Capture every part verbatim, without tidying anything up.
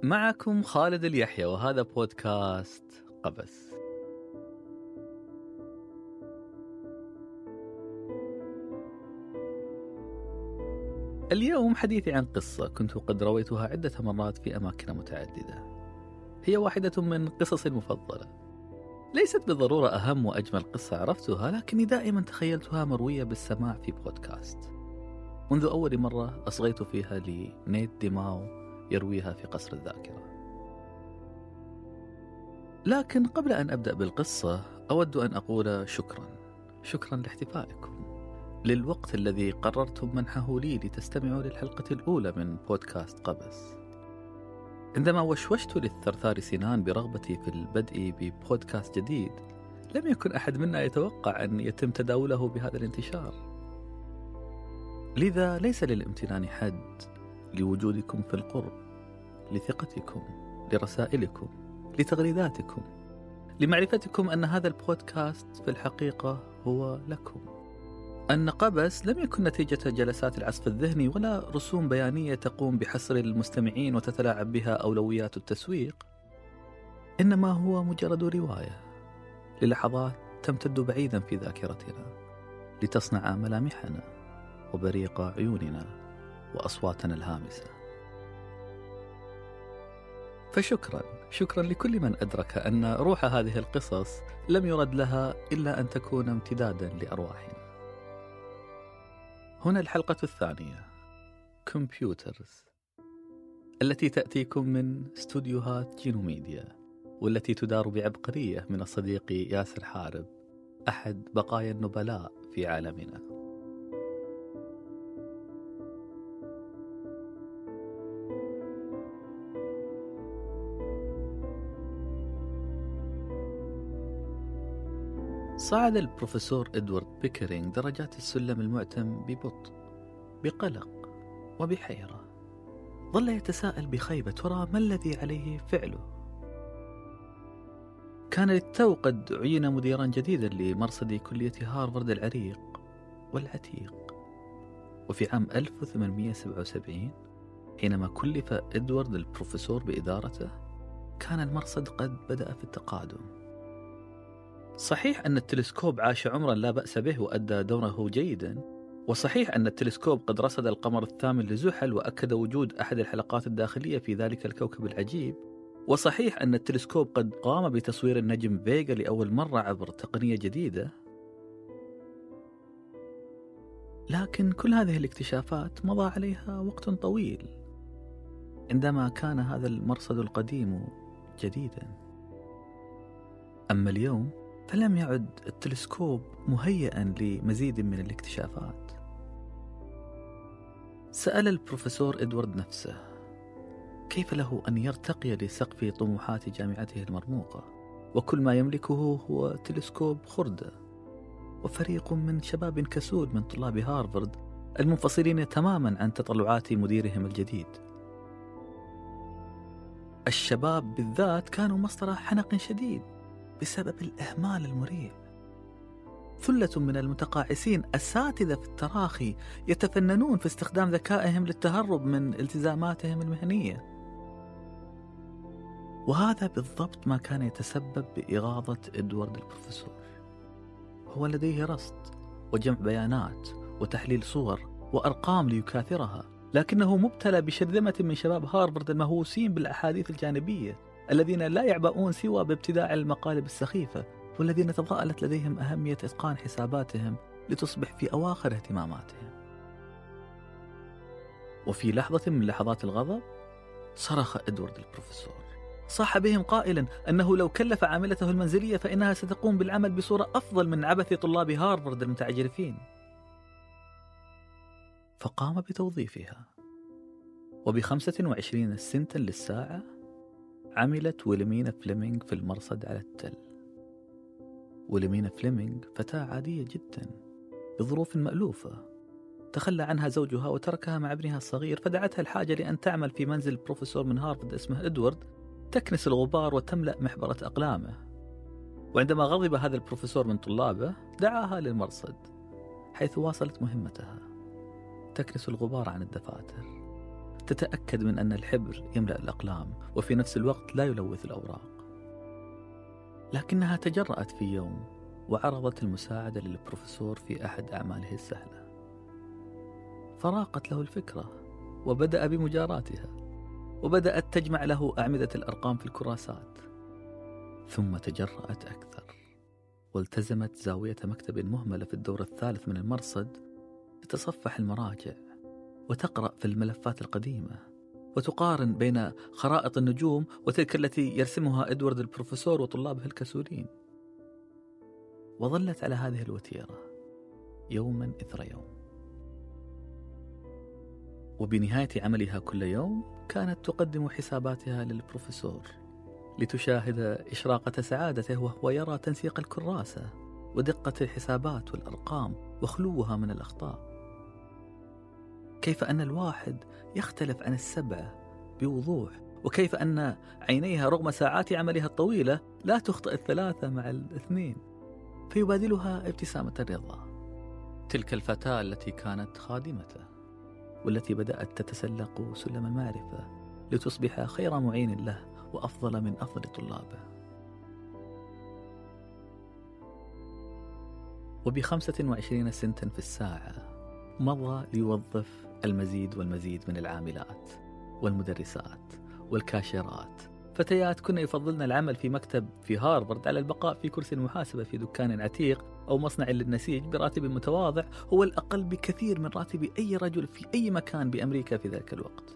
معكم خالد اليحيى وهذا بودكاست قبس. اليوم حديثي عن قصة كنت قد رويتها عدة مرات في أماكن متعددة. هي واحدة من قصصي المفضلة، ليست بالضرورة أهم وأجمل قصة عرفتها، لكني دائما تخيلتها مروية بالسماع في بودكاست منذ أول مرة أصغيت فيها لنيت ديماو يرويها في قصر الذاكرة. لكن قبل أن أبدأ بالقصة أود أن أقول شكرا شكرا لاحتفائكم، للوقت الذي قررتم منحه لي لتستمعوا للحلقة الأولى من بودكاست قبس. عندما وشوشت للثرثار سنان برغبتي في البدء ببودكاست جديد، لم يكن أحد منا يتوقع أن يتم تداوله بهذا الانتشار، لذا ليس للامتنان حد لوجودكم في القرب، لثقتكم، لرسائلكم، لتغريداتكم، لمعرفتكم أن هذا البودكاست في الحقيقة هو لكم، أن قبس لم يكن نتيجة جلسات العصف الذهني ولا رسوم بيانية تقوم بحصر المستمعين وتتلاعب بها أولويات التسويق، إنما هو مجرد رواية للحظات تمتد بعيدا في ذاكرتنا لتصنع ملامحنا وبريق عيوننا وأصواتنا الهامسة. فشكرا شكرا لكل من أدرك أن روح هذه القصص لم يرد لها إلا أن تكون امتدادا لأرواحنا. هنا الحلقة الثانية، كمبيوترز، التي تأتيكم من استوديوهات جينو ميديا، والتي تدار بعبقرية من الصديق ياسر حارب، أحد بقايا النبلاء في عالمنا. صعد البروفيسور إدوارد بيكرينغ درجات السلم المعتم ببطء، بقلق وبحيرة. ظل يتساءل بخيبة ترى ما الذي عليه فعله. كان للتو قد عين مديرا جديدا لمرصد كلية هارفارد العريق والعتيق، وفي عام ألف وثمانمئة وسبعة وسبعين حينما كلف إدوارد البروفيسور بإدارته كان المرصد قد بدأ في التقادم. صحيح أن التلسكوب عاش عمرا لا بأس به وأدى دوره جيدا، وصحيح أن التلسكوب قد رصد القمر الثامن لزحل وأكد وجود أحد الحلقات الداخلية في ذلك الكوكب العجيب، وصحيح أن التلسكوب قد قام بتصوير النجم فيغا لأول مرة عبر تقنية جديدة، لكن كل هذه الاكتشافات مضى عليها وقت طويل عندما كان هذا المرصد القديم جديدا. أما اليوم فلم يعد التلسكوب مهيئا لمزيد من الاكتشافات. سأل البروفيسور إدوارد نفسه كيف له أن يرتقي لسقف طموحات جامعته المرموقة وكل ما يملكه هو تلسكوب خردة وفريق من شباب كسول من طلاب هارفارد المنفصلين تماما عن تطلعات مديرهم الجديد. الشباب بالذات كانوا مصدر حنق شديد بسبب الإهمال المريع. ثلة من المتقاعسين أساتذة في التراخي يتفننون في استخدام ذكائهم للتهرب من التزاماتهم المهنية، وهذا بالضبط ما كان يتسبب بإغاظة إدوارد البروفيسور. هو لديه رصد وجمع بيانات وتحليل صور وأرقام ليكاثرها، لكنه مبتلى بشرذمة من شباب هارفارد المهووسين بالأحاديث الجانبية الذين لا يعبؤون سوى بابتداع المقالب السخيفة، والذين تضاءلت لديهم أهمية إتقان حساباتهم لتصبح في أواخر اهتماماتهم. وفي لحظة من لحظات الغضب صرخ إدوارد البروفيسور، صاح بهم قائلا أنه لو كلف عاملته المنزلية فإنها ستقوم بالعمل بصورة أفضل من عبث طلاب هارفارد المتعجرفين. فقام بتوظيفها، وبخمسة وعشرين سنتا للساعة عملت ويلمينا فليمينغ في المرصد على التل. ويلمينا فليمينغ فتاة عادية جدا بظروف مألوفة، تخلى عنها زوجها وتركها مع ابنها الصغير، فدعتها الحاجة لأن تعمل في منزل بروفيسور من هارفارد اسمه إدوارد تكنس الغبار وتملأ محبرة أقلامه. وعندما غضب هذا البروفيسور من طلابه دعاها للمرصد حيث واصلت مهمتها، تكنس الغبار عن الدفاتر، تتأكد من أن الحبر يملأ الأقلام وفي نفس الوقت لا يلوث الأوراق. لكنها تجرأت في يوم وعرضت المساعدة للبروفيسور في أحد أعماله السهلة، فراقت له الفكرة وبدأ بمجاراتها، وبدأت تجمع له أعمدة الأرقام في الكراسات. ثم تجرأت أكثر والتزمت زاوية مكتب مهملة في الدور الثالث من المرصد، تتصفح المراجع وتقرأ في الملفات القديمة وتقارن بين خرائط النجوم وتلك التي يرسمها إدوارد البروفيسور وطلابه الكسولين. وظلت على هذه الوتيرة يوما إثر يوم، وبنهاية عملها كل يوم كانت تقدم حساباتها للبروفيسور لتشاهد إشراقة سعادته وهو يرى تنسيق الكراسة ودقة الحسابات والأرقام وخلوها من الأخطاء. كيف أن الواحد يختلف عن السبعة بوضوح، وكيف أن عينيها رغم ساعات عملها الطويلة لا تخطئ الثلاثة مع الاثنين، فيبادلها ابتسامة الرضا. تلك الفتاة التي كانت خادمته والتي بدأت تتسلق سلم المعرفة لتصبح خير معين له وأفضل من أفضل طلابه. وبخمسة وعشرين سنتا في الساعة مضى ليوظف المزيد والمزيد من العاملات والمدرسات والكاشيرات، فتيات كن يفضلن العمل في مكتب في هارفارد على البقاء في كرسي المحاسبة في دكان عتيق أو مصنع للنسيج براتب متواضع هو الأقل بكثير من راتب أي رجل في أي مكان بأمريكا في ذلك الوقت.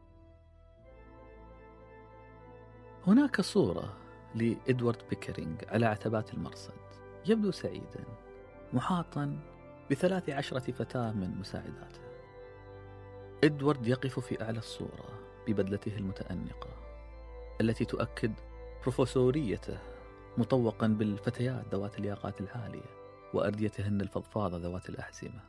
هناك صورة لإدوارد بيكرينغ على عتبات المرصد، يبدو سعيدا محاطا بثلاث عشرة فتاة من مساعداته. إدوارد يقف في أعلى الصورة ببدلته المتأنقة التي تؤكد بروفيسوريته، مطوقا بالفتيات ذوات اللياقات العالية وأرديتهن الفضفاضة ذوات الأحزمة.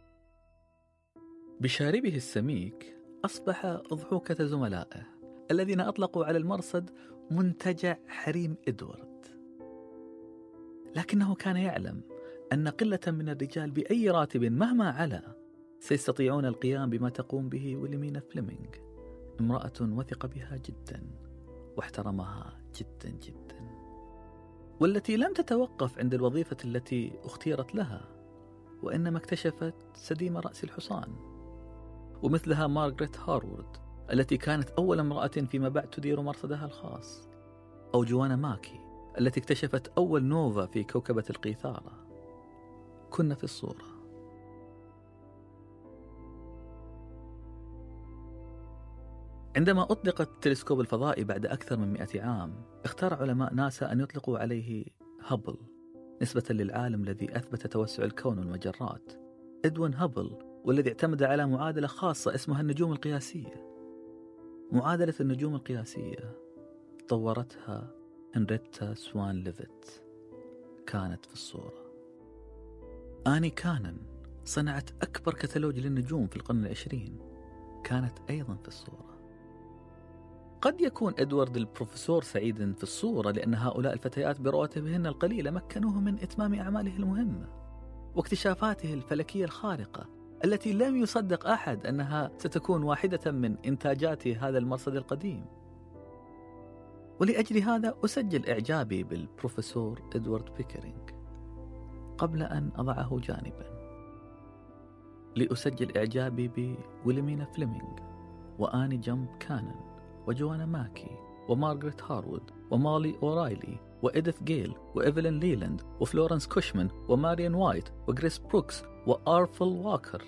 بشاربه السميك أصبح أضحوكة زملائه الذين أطلقوا على المرصد منتجع حريم إدوارد، لكنه كان يعلم أن قلة من الرجال بأي راتب مهما علا سيستطيعون القيام بما تقوم به ويلمينا فليمنغ، امرأة وثق بها جدا واحترمها جدا جدا، والتي لم تتوقف عند الوظيفة التي اختيرت لها، وإنما اكتشفت سديم رأس الحصان. ومثلها مارغريت هارورد التي كانت أول امرأة فيما بعد تدير مرصدها الخاص، أو جوانا ماكي التي اكتشفت أول نوفا في كوكبة القيثارة، كنا في الصورة. عندما أطلق التلسكوب الفضائي بعد أكثر من مئة عام، اختار علماء ناسا أن يطلقوا عليه هابل نسبة للعالم الذي أثبت توسع الكون والمجرات، إدوين هابل، والذي اعتمد على معادلة خاصة اسمها النجوم القياسية. معادلة النجوم القياسية طورتها هنريتا سوان ليفيت، كانت في الصورة. آني كانن صنعت أكبر كتالوج للنجوم في القرن العشرين، كانت أيضا في الصورة. قد يكون إدوارد البروفيسور سعيدا في الصورة لأن هؤلاء الفتيات برواتبهن القليلة مكنوه من إتمام أعماله المهمة واكتشافاته الفلكية الخارقة التي لم يصدق أحد أنها ستكون واحدة من إنتاجات هذا المرصد القديم. ولأجل هذا أسجل إعجابي بالبروفيسور إدوارد بيكرينغ قبل أن أضعه جانبا، لأسجل إعجابي بويلمينا فليمنغ وآني جامب كانن وجوانا ماكي ومارغريت هارود ومالي أورايلي وإديث جيل وإيفلين ليلاند وفلورنس كوشمان وماريان وايت وغريس بروكس وآرثر واكر.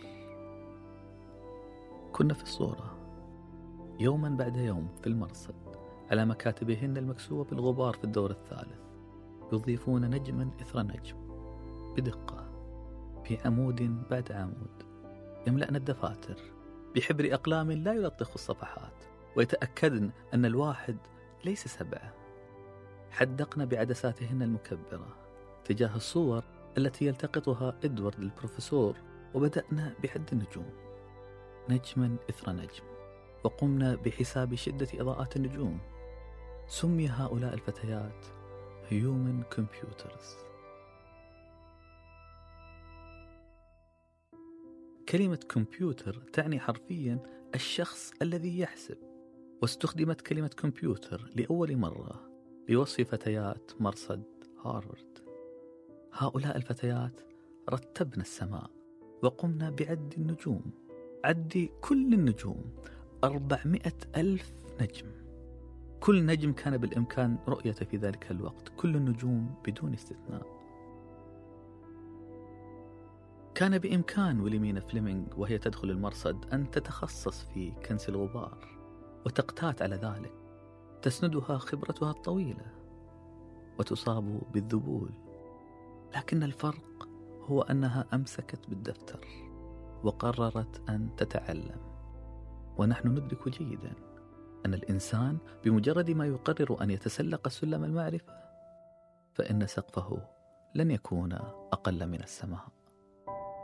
كنا في الصورة يوما بعد يوم في المرصد على مكاتبهن المكسوة بالغبار في الدور الثالث، يضيفون نجما إثر نجم بدقة في عمود بعد عمود، يملأن الدفاتر بحبر أقلام لا يلطخ الصفحات، ويتأكدن أن الواحد ليس سبعة. حدقنا بعدساتهن المكبرة تجاه الصور التي يلتقطها إدوارد البروفيسور، وبدأنا بعد النجوم نجما إثر نجم، وقمنا بحساب شدة إضاءات النجوم. سمي هؤلاء الفتيات هيومن كمبيوترز. كلمة كمبيوتر تعني حرفيا الشخص الذي يحسب، واستخدمت كلمة كمبيوتر لأول مرة لوصف فتيات مرصد هارفارد. هؤلاء الفتيات رتبن السماء وقمنا بعد النجوم، عد كل النجوم، أربعمائة ألف نجم. كل نجم كان بالإمكان رؤيته في ذلك الوقت، كل النجوم بدون استثناء. كان بإمكان ويليمينا فليمنغ وهي تدخل المرصد أن تتخصص في كنس الغبار وتقتات على ذلك، تسندها خبرتها الطويلة وتصاب بالذبول، لكن الفرق هو أنها أمسكت بالدفتر وقررت أن تتعلم. ونحن ندرك جيدا أن الإنسان بمجرد ما يقرر أن يتسلق سلم المعرفة فإن سقفه لن يكون أقل من السماء.